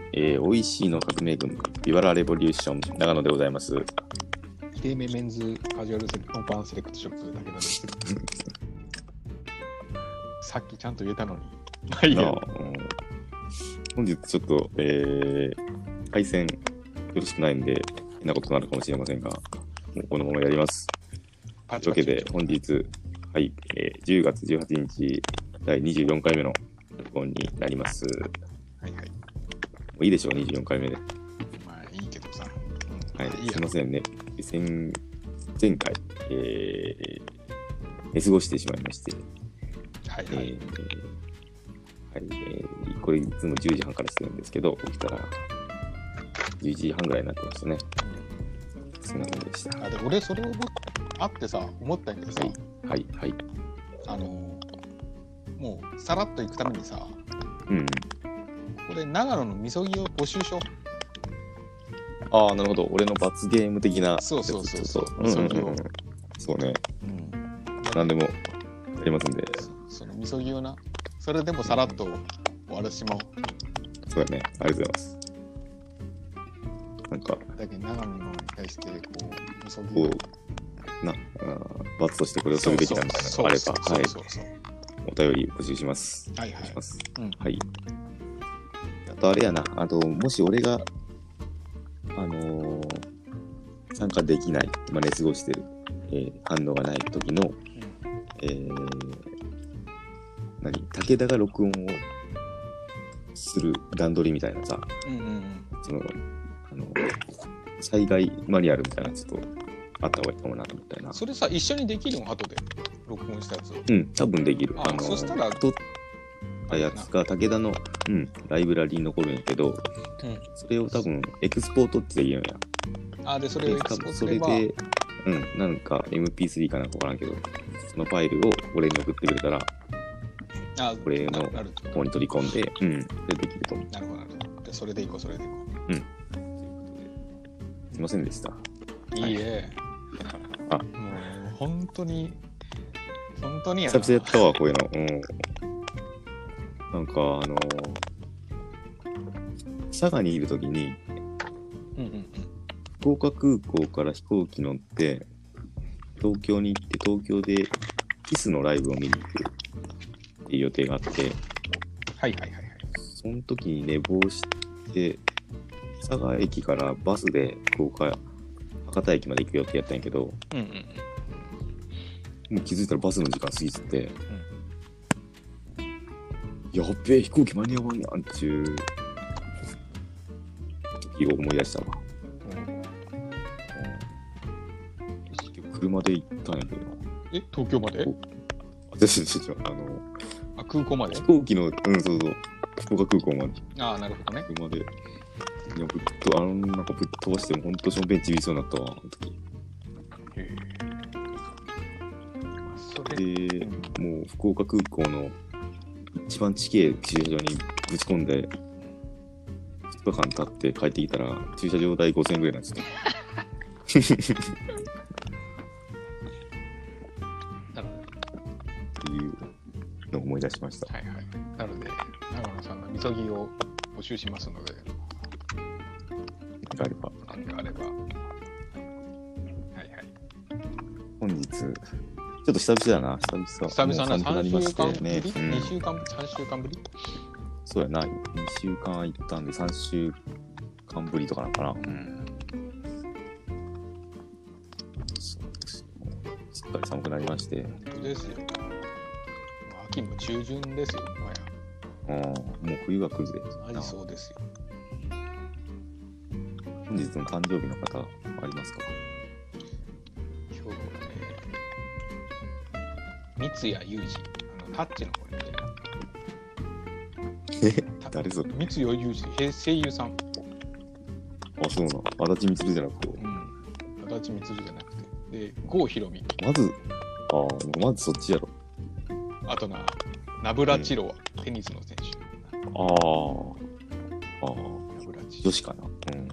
美味しいの革命軍、ビバラレボリューション、長野でございます。 きれいめメンズカジュアルノンパンセレクトショップだけどね。さっきちゃんと言えたのに。まあいいや。 本日ちょっと、回線よろしくないんで、変なことになるかもしれませんが、もうこのままやります。というわけで、本日、はい、10月18日、第24回目の録音になります。 はいはい。 もういいでしょう、24回目で。 まあいいけどさ。 はい、すいませんね。前回、寝過ごしてしまいまして、 はいはい。 これいつも10時半からしてるんですけど、起きたら11時半ぐらいになってましたね。すみませんでした。 で俺それをあってさ、思ったんやけどさ、 はい、はい。 もうさらっと行くためにさ、 うん。 これ長野のみそぎを募集しよう。 ああ、なるほど。俺の罰ゲーム的な。 そう。 みそぎを。そうね。何でもやりますんで。 そのみそぎをな、それでもさらっと終わらせてしまおう。 そうだね。ありがとうございます。なんか。 だけど長野に対してこうみそぎを罰としてこれをするべきだみたいなのがあれば、はい。お便り募集します。 はいはい。 はい。あとあれやな。もし俺が参加できない、寝過ごしてる、反応がない時の、武田が録音をする段取りみたいなさ、その災害マニュアルみたいなちょっとあった方がいいかもなと思ったよな。 それさ一緒にできるの後で録音したやつを。 多分できる。 そしたら撮ったやつが武田のライブラリに残るんやけど、それを多分エクスポートってできるんや。 でそれをエクスポートすれば、 それでなんか MP3 かなんか分からんけど、そのファイルを俺に送ってくれたら、俺の方に取り込んで、それできると思う。 なるほど。じゃあそれでいこう。 すいませんでした。 いいえ。もう本当にやな。久々やったわ、こういうの。なんか佐賀にいるときに、福岡空港から飛行機乗って東京に行って、東京でキスのライブを見に行くっていう予定があって、その時に寝坊して佐賀駅からバスで博多駅まで行く予定やったんやけど、もう気づいたらバスの時間過ぎてて、やっべえ飛行機間に合わんやんっていう時を思い出したわ。車で行ったんやけどな。 東京まで？空港まで？ 飛行機の、そう。福岡空港まで。 なるほどね。 車で。いや、なんかぶっ飛ばしても、ほんとションベンちびりそうになったわ、あの時。で、もう福岡空港の一番地形駐車場にぶち込んで、2日間経って帰ってきたら、駐車場代5000円ぐらいになっちゃった。っていうのを思い出しました。 なので長野さんのみそぎを募集しますので、 何かあれば。本日ちょっと久々だな。久 々な3週間ぶり、 ね、 2週間3週間ぶり。 そうやな。2週間行ったんで3週間ぶりとかなのかな。そうですよ。すっかり寒くなりまして。 本当ですよ。秋も中旬ですよ。 もう冬が来るで。 マジそうですよ。 本日の誕生日の方ありますか？ 今日はね、三谷裕二、タッチの子に誰それ？ 三谷裕二、声優さん。 そうなの。足立みつるじゃなくて。 足立みつるじゃなくて。で、郷ひろみ。 まずそっちやろ。 あとナブラチロワ、テニスの選手。ナブラチ女子かな。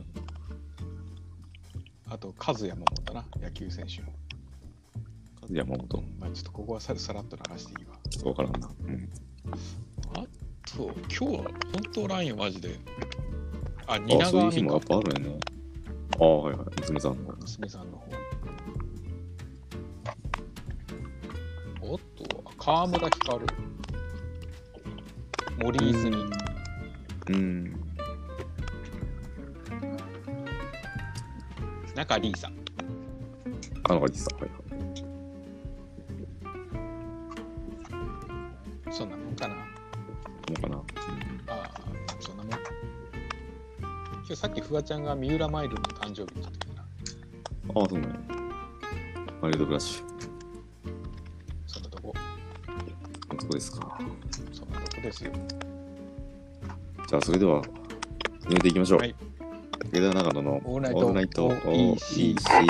あと、和山桃だな、野球選手の。 和山桃。 ちょっとここはさらっと流していいわ。 ちょっとわからんな。 あと、今日は本当おらんよ、マジで。 あ、蜷あ、そういう川美香。 日もやっぱあるよね。ああ、はいはい。娘さんの。 娘さんの方。おっと、川村ひかる。森泉。中里依紗。 中里さん。はいはい。 そんなもんかな。 もうかな。 ああ、そんなもん。今日さっきフワちゃんが三浦マイルの誕生日って言ってたな。 ああ、そうね。マイルドフラッシュ。 そんなとこ。 そうですか。 そんなとこですよ。 じゃあ、それでは、始めていきましょう。 はい。 武田長野のオールオールナイト OEC。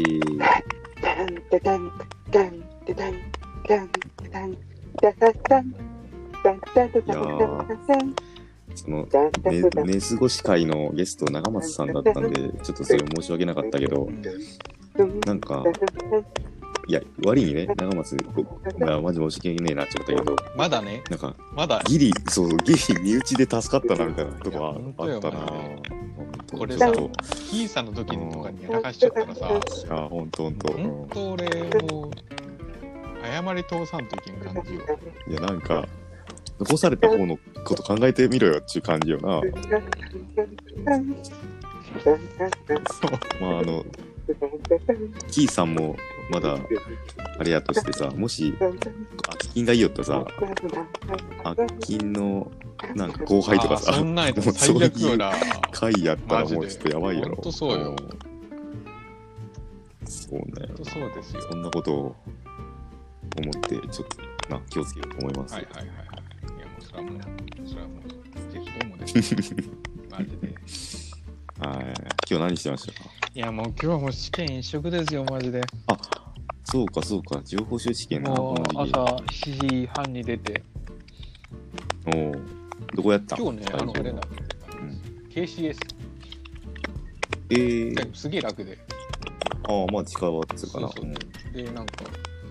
いやー、その寝過ごし会のゲスト長松さんだったんで、ちょっとそれ申し訳なかったけど、なんか、いや、悪いにね、長松、マジ申し訳ねえなっちゃったけど、 まだね、 なんか、 まだ。 ギリ身内で助かったなみたいなとこはあったな。 これさ、キーさんの時とかにやらかしちゃったらさ、 あ、ほんと。 ほんと俺、もう、謝り通さんといけん感じよ。 いや、なんか、残された方のこと考えてみろよっていう感じよな。まあ、キーさんもまだ、あれやとしてさ、もし、空き金がいいよってさ、空き金の、なんか後輩とかさ、 そんなんやったら最悪よな。 会やったらもうちょっとやばいやろ。 ほんとそうよ。 そうね。 ほんとそうですよ。 そんなことを思って、ちょっとな、気をつけようと思います。 はい。いや、もうそれはもう、ぜひともです。マジで。 はい。今日何してましたか？ いや、もう今日はもう試験一色ですよ、マジで。 あ、そうか。情報収試験な。 もう朝7時半に出て。 おお。どこやった？ 今日ね、あれだ。KCS。すげえ楽で。 ああ、まあ近場っつうかな。 そうで、なんか、もう、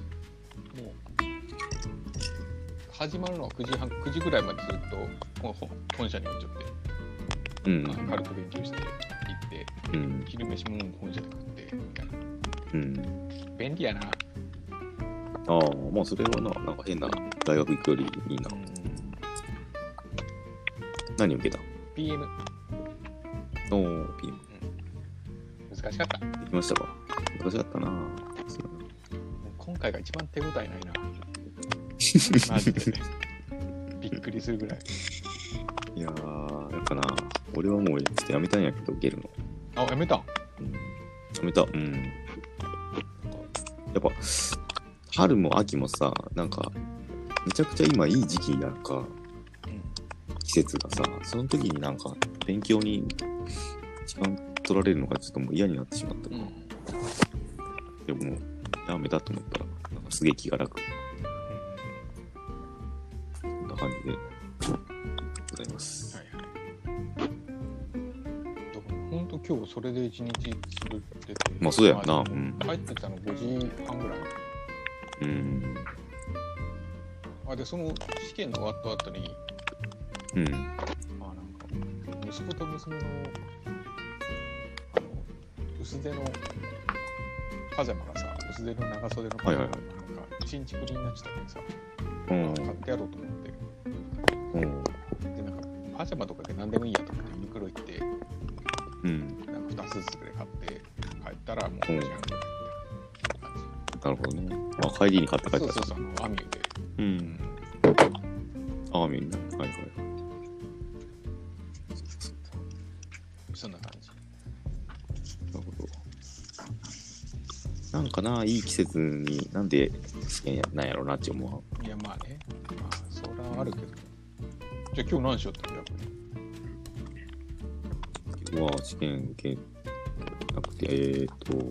始まるのは9時ぐらいまでずっと本社に置いちゃって、軽く勉強して行って、昼飯も本社で食ってみたいな。便利やな。 ああ、まあそれはなんか変な大学行くよりいいな。何受けた？ PM。 おお、PM。 難しかった。 できましたか？難しかったな。 今回が一番手応えないな。マジで。びっくりするぐらい。 いやー、やっぱな、俺はもうちょっとやめたんやけど、受けるの。 あ、やめた？ やめた。やっぱ、春も秋もさ、なんか、めちゃくちゃ今いい時期やんか。季節がさ、その時になんか、勉強に時間取られるのがちょっともう嫌になってしまったから。でも、やめたと思ったら、なんかすげえ気が楽。そんな感じでございます。 ほんと今日それで一日過ごってて。 まあそうやんな。 帰ってきたの5時半ぐらい。で、その試験の終わった後に、なんか、息子と娘の、薄手のパジャマがさ、薄手の長袖のパジャマがなんか、一日ぶりになっちゃったんでさ、買ってやろうと思って。で、なんか、パジャマとかで何でもいいやと思ってユニクロ行って、なんか2つずつで買って、帰ったらもう5時半ぐらいみたいな感じ。 なるほどね。帰りに買って帰った。 そう、アミューで。 アミューね。はい。 そんな感じ。 なるほど。なんかな、いい季節になんで試験なんやろうなって思う。いや、まあね。まあ、それはあるけど。じゃあ今日何しようって逆に。今日は試験受けなくて、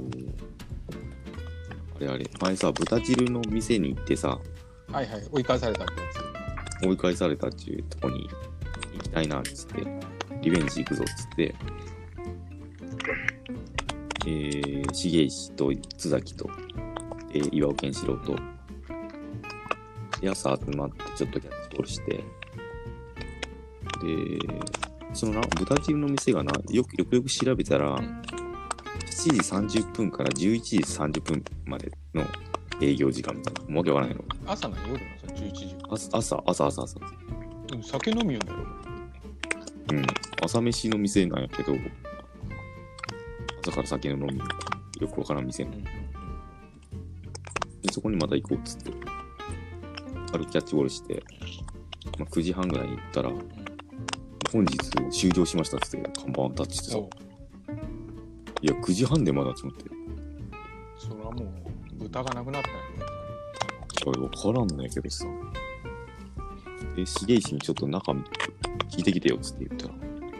あれ、前さ、豚汁の店に行ってさ、 追い返されたってやつ。追い返されたっていうとこに行きたいなっつって、リベンジ行くぞっつって、重石と津崎と、岩尾健志郎と、朝集まってちょっとキャッチボールして、で、 そのな、豚汁の店がな、よく調べたら、7時30分から11時30分までの営業時間みたいな。もうわけわからないの。 朝の夜のさ、11時。 朝。 でも酒飲みよんだろ。 うん。朝飯の店なんやけど、朝から酒の飲みよくわからん店、でそこにまた行こうっつって軽くキャッチボールして、9時半ぐらいに行ったら、本日終了しましたっつって看板タッチしてさ、いや9時半でまだっつって、 それはもう豚がなくなったんやろ。分からんねんけどさ、重石にちょっと中身聞いてきてよっつって言ったら、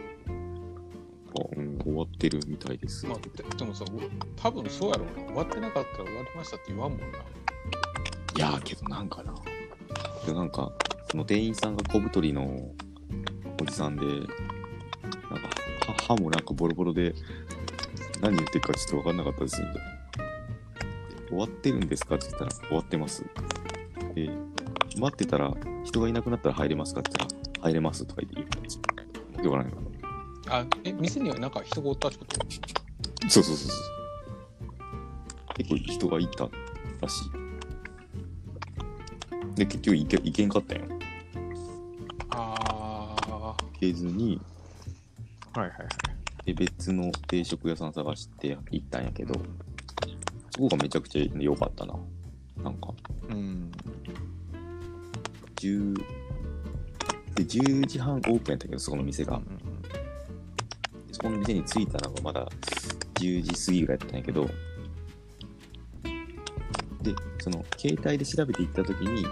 終わってるみたいです。 でもさ、多分そうやろうな。終わってなかったら終わりましたって言わんもんな。 いやーけどなんかな。なんか、その店員さんが小太りのおじさんで、なんか歯もなんかボロボロで、何言ってるかちょっと分かんなかったですみたいな。終わってるんですかって言ったら、終わってます。待ってたら、人がいなくなったら入れますかって言ったら、入れますとか言ったんですよ。よくないかな。 店にはなんか人がおったってこと？ そう。結構人がいたらしい。で、結局行けんかったんよ。行けずに、で、別の定食屋さん探して行ったんやけど、そこがめちゃくちゃ良かったな。なんか。10時半オープンやったけど、そこの店が。そこの店に着いたのがまだ10時過ぎぐらいだったんやけど、で、その携帯で調べて行った時に、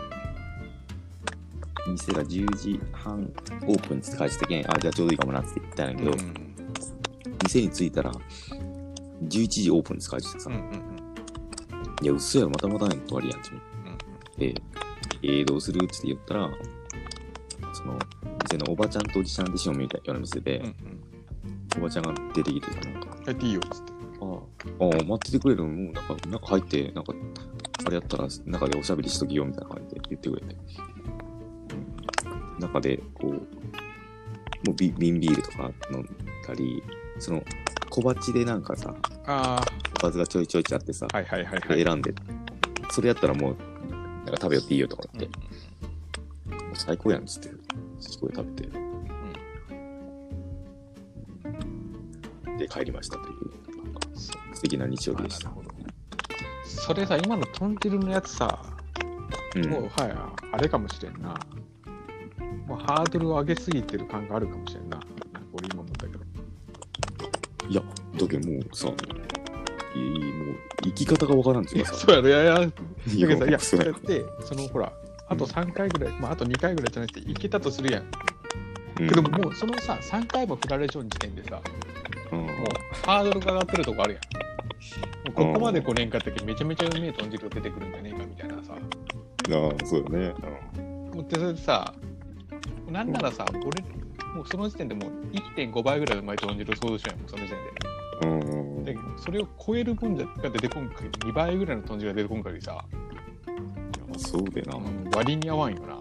店が10時半オープンって返してけん、じゃあちょうどいいかもなって言ったんやけど、店に着いたら11時オープンって返してさ、いや、嘘やろ、またまたねんと終わりやんって思って、どうするって言ったら、その店のおばちゃんとおじちゃんでしょみたいなような店で、おばちゃんが出てきてなんか入っていいよっつって、 待っててくれるの、もうなんか入ってなんかあれやったら中でおしゃべりしときよみたいな感じで言ってくれて、中でこうもう瓶ビールとか飲んだり、その小鉢でなんかさ、おかずがちょいちょいってあってさ、選んで、それやったらもうなんか食べよっていいよとか言って、もう最高やんっつってすごい食べて、で帰りましたというなんか素敵な日曜日でした。 それさ、今の豚汁のやつさ、もうあれかもしれんな。もうハードルを上げすぎてる感があるかもしれんな。俺今思ったけど。 いや、だけどもうさ、もう生き方がわからんっていうかさ。 そうやろ、だけどさ、そうやって、そのほら、あと3回ぐらい、あと2回ぐらいじゃなくていけたとするやん。けどもうそのさ、3回も振られちゃう時点でさ、もうハードルが上がってるとこあるやん。もうここまで来れんかったけどめちゃめちゃうめえ豚汁が出てくるんじゃねえかみたいなさ。 そうだね。 でそれでさ、なんならさ、俺もうその時点でもう 1.5 倍ぐらいうまい豚汁想像しないもん、その時点で。だけどそれを超える分が出てこんかぎり、2倍ぐらいの豚汁が出てこんかぎりさ、 そうでな。 割に合わんよな。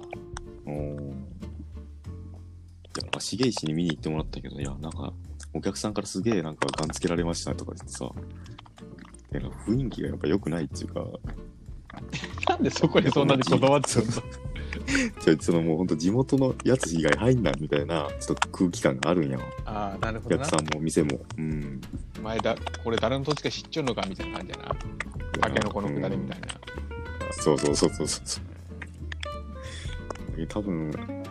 重石に見に行ってもらったけど、いや、なんかお客さんからすげえなんかガンつけられましたとか言ってさ、なんか雰囲気がやっぱ良くないっていうか。 なんでそこにそんなにこだわってるの？ そのもうほんと地元のやつ以外入んなみたいなちょっと空気感があるんやわ。 なるほどな。 お客さんも店も。 これ誰の土地か知っちゃうのかみたいな感じやな。タケノコのくだりみたいな。 そう。多分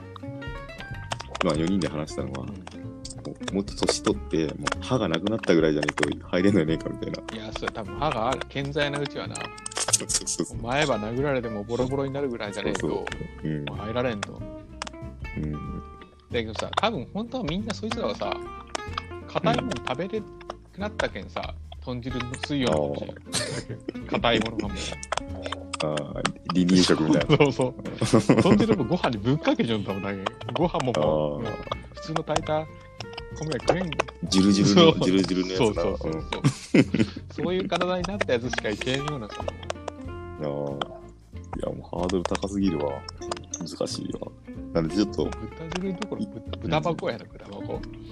4人で話したのは、もっと年取ってもう歯がなくなったぐらいじゃないと入れんのよねえかみたいな。 いや、それ多分歯がある健在なうちはな。前歯殴られてもボロボロになるぐらいじゃねえともう入られんと。だけどさ、多分本当はみんなそいつらはさ、硬いもの食べれくなったけんさ、豚汁の水曜のかもしれない。硬いものがもう。 離乳食みたいな。 そう。豚汁もご飯にぶっかけちゃうんだもんだけ。ご飯ももう普通の炊いた米は食えん。 ジュルジュルのやつだ。 そういう体になったやつしかいけんようなさ。 いや、もうハードル高すぎるわ。難しいわ。なんでちょっと。 豚汁どころ、豚箱やな、豚箱。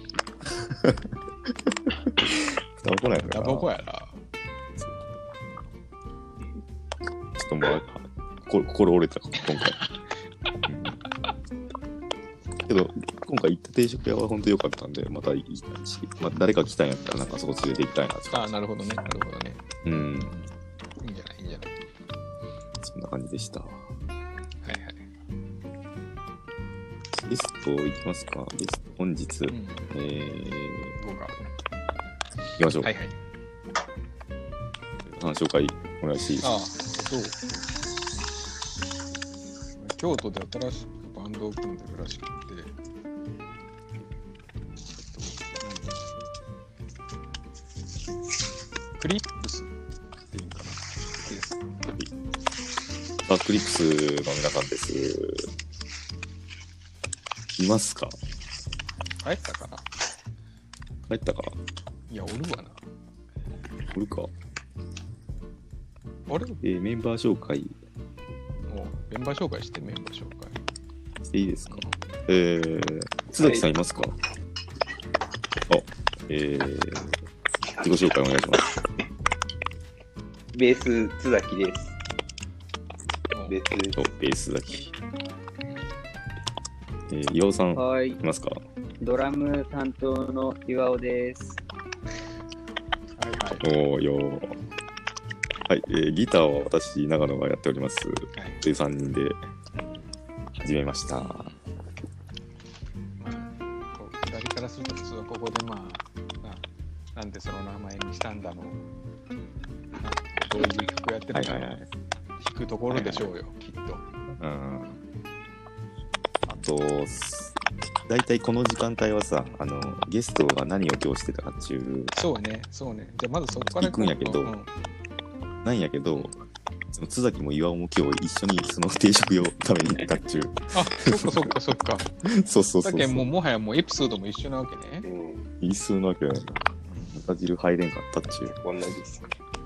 豚箱なんやな。 豚箱やな。 ちょっともう、心折れた、今回。けど、今回行った定食屋は本当良かったんで、また行きたいし、まあ、誰か来たんやったら、なんかそこ連れて行きたいなって。 ああ、なるほどね、なるほどね。 うん。 いいんじゃない、いいんじゃない。 そんな感じでした。 はいはい。 ゲスト行きますか。ゲスト、本日、 どうか。 行きましょう。 はいはい。 紹介お願いしていいですか。 そう。京都で新しくバンドを組んでるらしくて、クリップスっていうかな。 クリップスの皆さんです。いますか？ 帰ったかな？ 帰ったか？ いや、おるわな。 おるか？ あれ？ メンバー紹介。 メンバー紹介して、メンバー紹介。 していいですか？津崎さんいますか？自己紹介お願いします。 ベース津崎です。 ベース津崎。岩尾さんいますか？ ドラム担当の岩尾です。 はいはい。 はい、ギターは私、長野がやっております。という3人で始めました。 まあ、左からすると普通はここでなんでその名前にしたんだの、どういう曲やってるか聞くところでしょうよ、きっと。 あと、大体この時間帯はさ、ゲストが何を今日してたかっていう。 そうね。じゃあまずそこから行くんやけど、なんやけど、その津崎も岩尾も今日一緒にその定食を食べに行ったっちゅう。 あ、そっか。 そう。 だけどもはやもうエピソードも一緒なわけね。 一緒なわけだよ。豚汁入れんかったっちゅう。 同じです。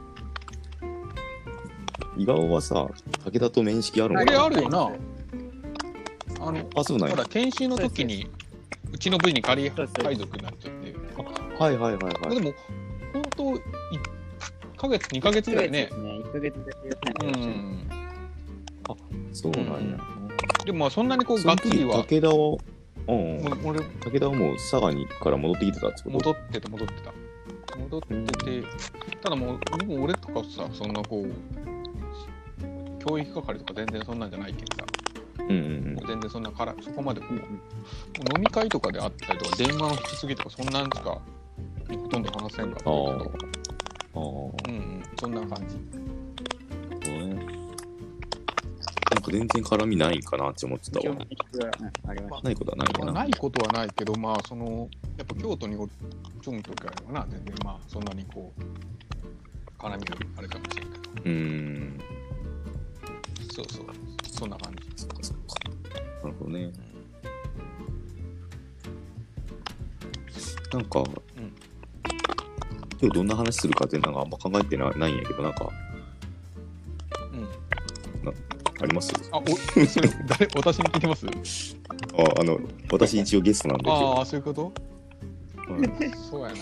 岩尾はさ、武田と面識あるのかな？ あるよな。 そうなんや。 ほら、研修の時に、うちの部に仮配属になっちゃって。 はい。 でも、本当、1ヶ月、2ヶ月ぐらいね。 1ヶ月だけ。 そうなんや。 でも、そんなにこう、がっつりは。 武田はもう佐賀にから戻ってきてたってこと？ 戻ってて。ただもう俺とかさ、そんなこう、教育係とか全然そんなんじゃないけんさ。もう全然そんなそこまでこう、飲み会とかであったりとか、電話の引き継ぎとか、そんなんしかほとんど話せんかったけど。そんな感じ。 なんか全然絡みないんかなって思ってたわ。ないことはないかな。 ないことはないけど、やっぱ京都におるちょんとかはな、全然そんなにこう、絡みがあれかもしれんけど。そう、そんな感じ。 そっか。なるほどね。なんか、今日どんな話するかってなんかあんま考えてないんやけど、なんか、あります？ それ私に聞いてます？ 私一応ゲストなんで。 そういうこと？そうやな。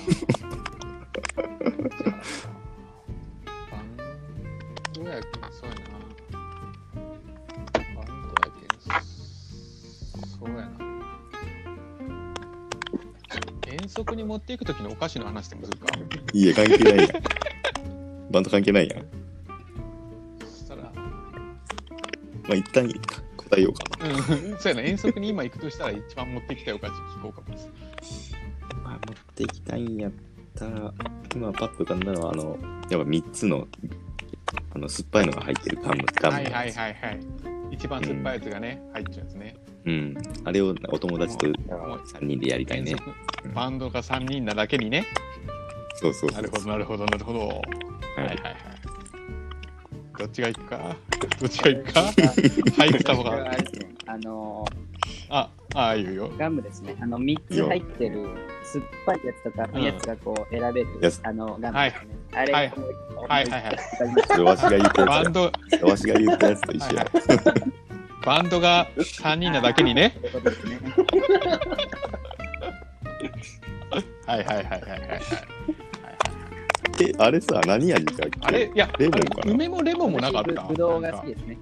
バンドやけん、そうやな。そうやな。遠足に持っていくときのお菓子の話でもするか？ いや、関係ないやん。バンド関係ないやん。 そしたら、 一旦答えようかな。 そうやな、遠足に今行くとしたら一番持ってきたいお菓子聞こうかも。 持ってきたいんやったら、今パッと浮かんだのは、やっぱ3つの、酸っぱいのが入ってるガム。 はい。一番酸っぱいやつがね、入っちゃうやつね。 あれをお友達と3人でやりたいね。 バンドが3人なだけにね。 そう。 なるほど。はい。どっちが行くか入った方が。 言うよ。 ガムですね。3つ入ってる酸っぱいやつとかのやつがこう選べる、ガムですね。あれ、 はいそれわしが言ったやつだ。わしが言ったやつと一緒や。 バンドが3人なだけにね。はい。 あれさ、何味かあれ、いや、 レモンかな。 梅もレモンもなかった。 ぶどうが好きですね。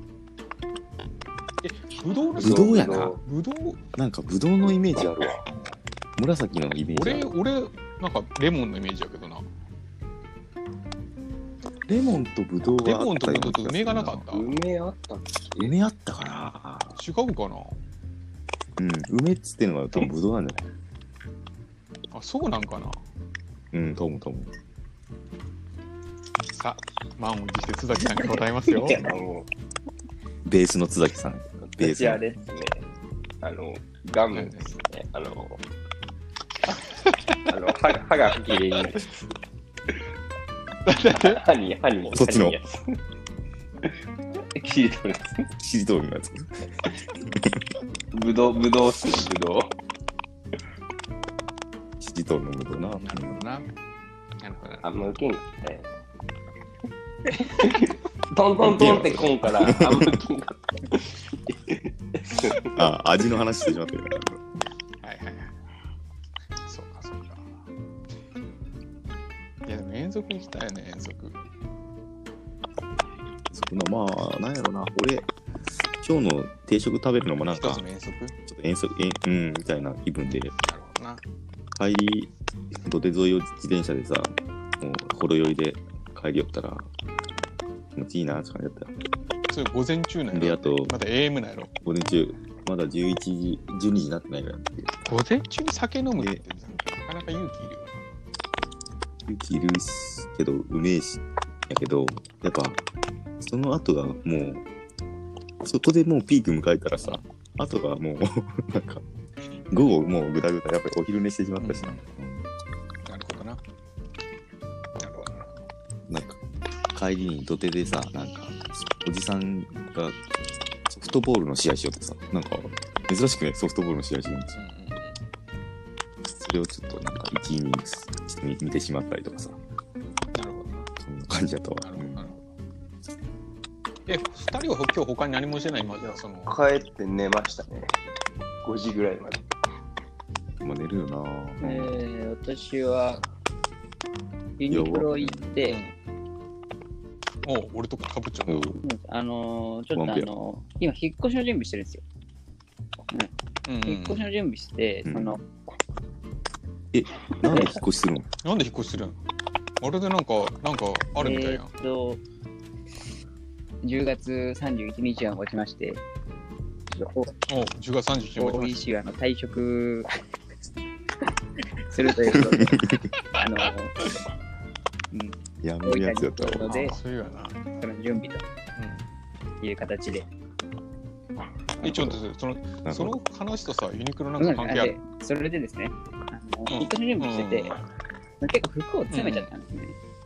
ぶどうやな。 ぶどうなんかぶどうのイメージあるわ。紫のイメージある。 俺、なんかレモンのイメージやけどな。 レモンとぶどうレモンとぶどうと梅がなかった。 梅あったっけ？ 梅あったかな。 違うかな。 梅っつってのは多分ぶどうなんじゃない？ あ、そうなんかな。 と思う。 さあ、満を持して津崎さんが答えますよ。 ベースの津崎さん。 私あれですね。ガムですね。歯がきれいに。歯に。 そっちの。 キリトルです。 キリトルのやつ。 ぶどうっすね、ぶどう。 キリトルのぶどうな。 なるほどな。 あんま受けんかったね。トントントンってこんからあんま受けんかった。 味の話してしまってるから。 はい。そうか。いや、でも遠足行きたいよね、遠足。 まあ、なんやろな。俺、今日の定食食べるのもなんか、 一つの遠足？ ちょっと遠足、みたいな気分で、 なるほどな。 帰り、土手沿いを自転車でさ、もう、ほど寄りで帰り寄ったら、気持ちいいなって感じだったよ。 それ午前中なんやろ。 で、あと、 まだ AM なんやろ。 午前中、まだ11時、12時になってないから。 午前中に酒飲むってなかなか勇気いるよな。 勇気いるけど、うめえし、やけど、やっぱ、その後がもう、そこでもうピーク迎えたらさ、後がもう、なんか、午後もうぐだぐだ、やっぱりお昼寝してしまったしな。 なるほどな。 なんか、帰りに土手でさ、なんか、おじさんがソフトボールの試合しようってさ、なんか、珍しくね、ソフトボールの試合しようってさ、それをちょっとなんか、一イニングス見てしまったりとかさ、 なるほど。 そんな感じだったわ。 なるほど。2人は今日他に何もしてないまではその帰って寝ましたね。5時ぐらいまで。 まあ寝るよな。 私はユニクロ行って、 俺とかかぶっちゃうな。 ちょっと今引っ越しの準備してるんですよ。引っ越しの準備して、 なんで引っ越しするの？ なんで引っ越しするの？あれでなんかあるみたいやん。 10月31日が落ちまして、 10月31日大石が退職するということで、 やめるやつやったので、 そういうな。 その準備という形で。 ちょっとその話とさ、ユニクロなんか関係ある？ それでですね、引っ越し準備してて、結構服を詰めちゃったんですね。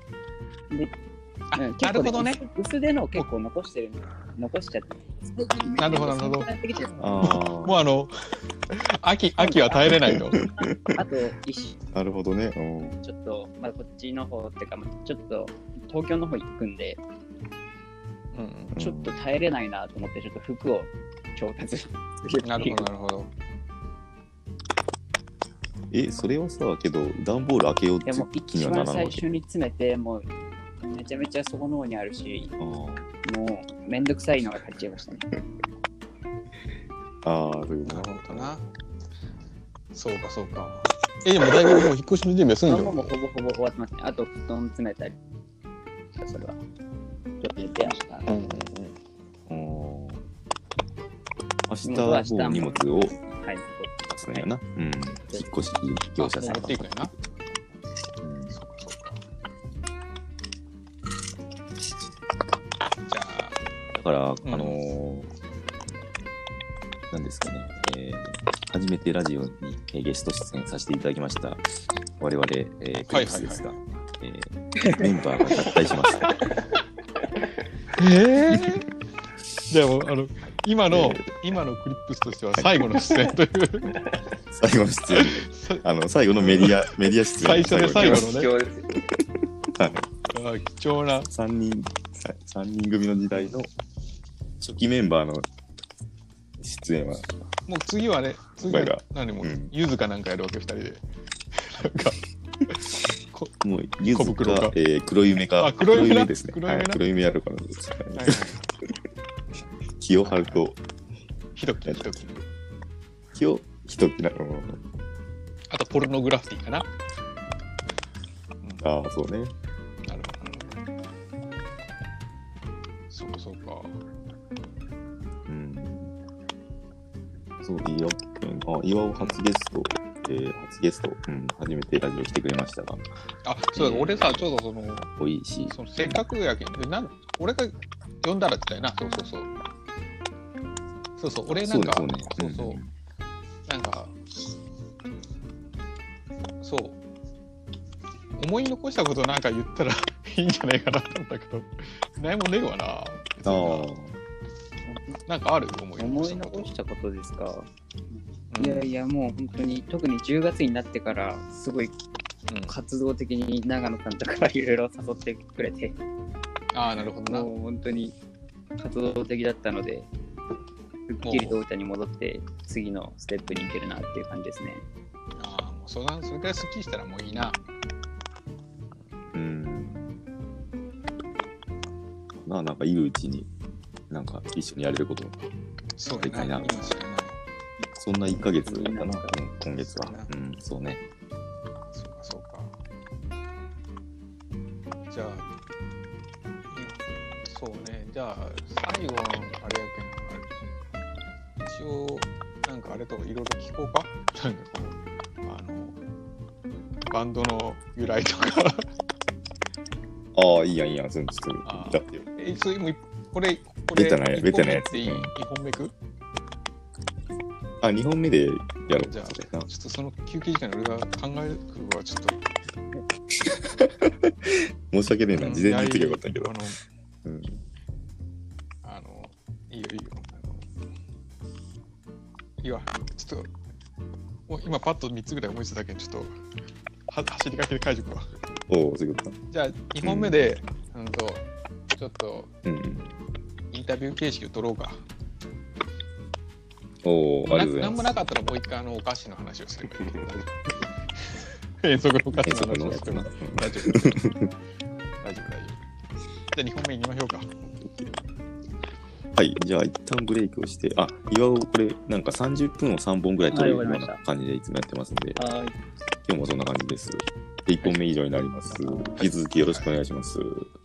なるほどね。 薄手の結構残しちゃって。 なるほど。もう秋は耐えれないと。 あとなるほどね。 ちょっとまだこっちの方っていうか、ちょっと東京の方行くんで、ちょっと耐えれないなと思ってちょっと服を調達する。 なるほど。 それはさ、けど段ボール開けようって気にはならないわけ？ 一番最初に詰めてもうめちゃめちゃそこの方にあるし、もうめんどくさいのが買っちゃいましたね。 なるほどな。そうか。でもだいぶもう引っ越しの準備は済んじゃう。 もうほぼ終わってますね。あと布団詰めたり。それは。ちょっと言って明日は荷物を出すのやな。引っ越し業者さん持っていくんやな。 だから何ですかね、初めてラジオにゲスト出演させていただきました我々、クリスですが、メンバーが脱退しました。 でも今のクリップスとしては最後の出演という最後の出演最後のメディア出演最初で最後のね貴重な 3人組の時代の初期メンバーの出演はもう次は何もゆずかなんかやるわけ2人でなんかもうゆずか黒夢か黒夢ですね。黒夢やるからですね。清春とひときなの。 あとポルノグラフィティかな。 ああ、そうね。 なるほど。そうか。 そう、岩尾初ゲスト、初めてラジオ来てくれましたが。 あ、そうだ、俺さ、ちょうどおいしい。 せっかくやけん、俺が呼んだらって言ったよな、そう、俺なんか、なんか、思い残したことなんか言ったらいいんじゃないかなと思ったけど、何もねえわな。なんかある思い残したことですか。いやもう本当に特に10月になってからすごい活動的に長野さんとかいろいろ誘ってくれて、 なるほどな。 もう本当に活動的だったので、すっきりと歌に戻って次のステップに行けるなっていう感じですね。 もうそれくらいすっきりしたらもういいな。 なんかいるうちになんか一緒にやれることそうやな。 そんな1ヶ月かな、今月は。そうね。 そうか。じゃあ、そうね。じゃあ、最後のあれやけん、一応、なんかあれとかいろいろ聞こうか。なんかバンドの由来とか。 いいやん、それちょっとやってよ。 これ、 ベタなやつ。 2本目く 2本目でやろう。 じゃあ、ちょっとその休憩時間に俺が考えるはちょっと。 申し訳ねえな、事前に言ってきゃよかったけど。 いいよ。いいわ、ちょっと、もう今パッと3つぐらい思いついただけに、ちょっと、走りかけで解除くわ。 そういうことか。 じゃあ、2本目で、ちょっと、インタビュー形式を取ろうか。なんもなかったらもう一回お菓子の話をすればいい。遠足のお菓子の話をすれば大丈夫。じゃあ2本目いきましょうか。 はい、じゃあ一旦ブレイクをして、岩尾これなんか30分を3本ぐらい取れるような感じでいつもやってますので、今日もそんな感じです。で1本目以上になります。引き続きよろしくお願いします。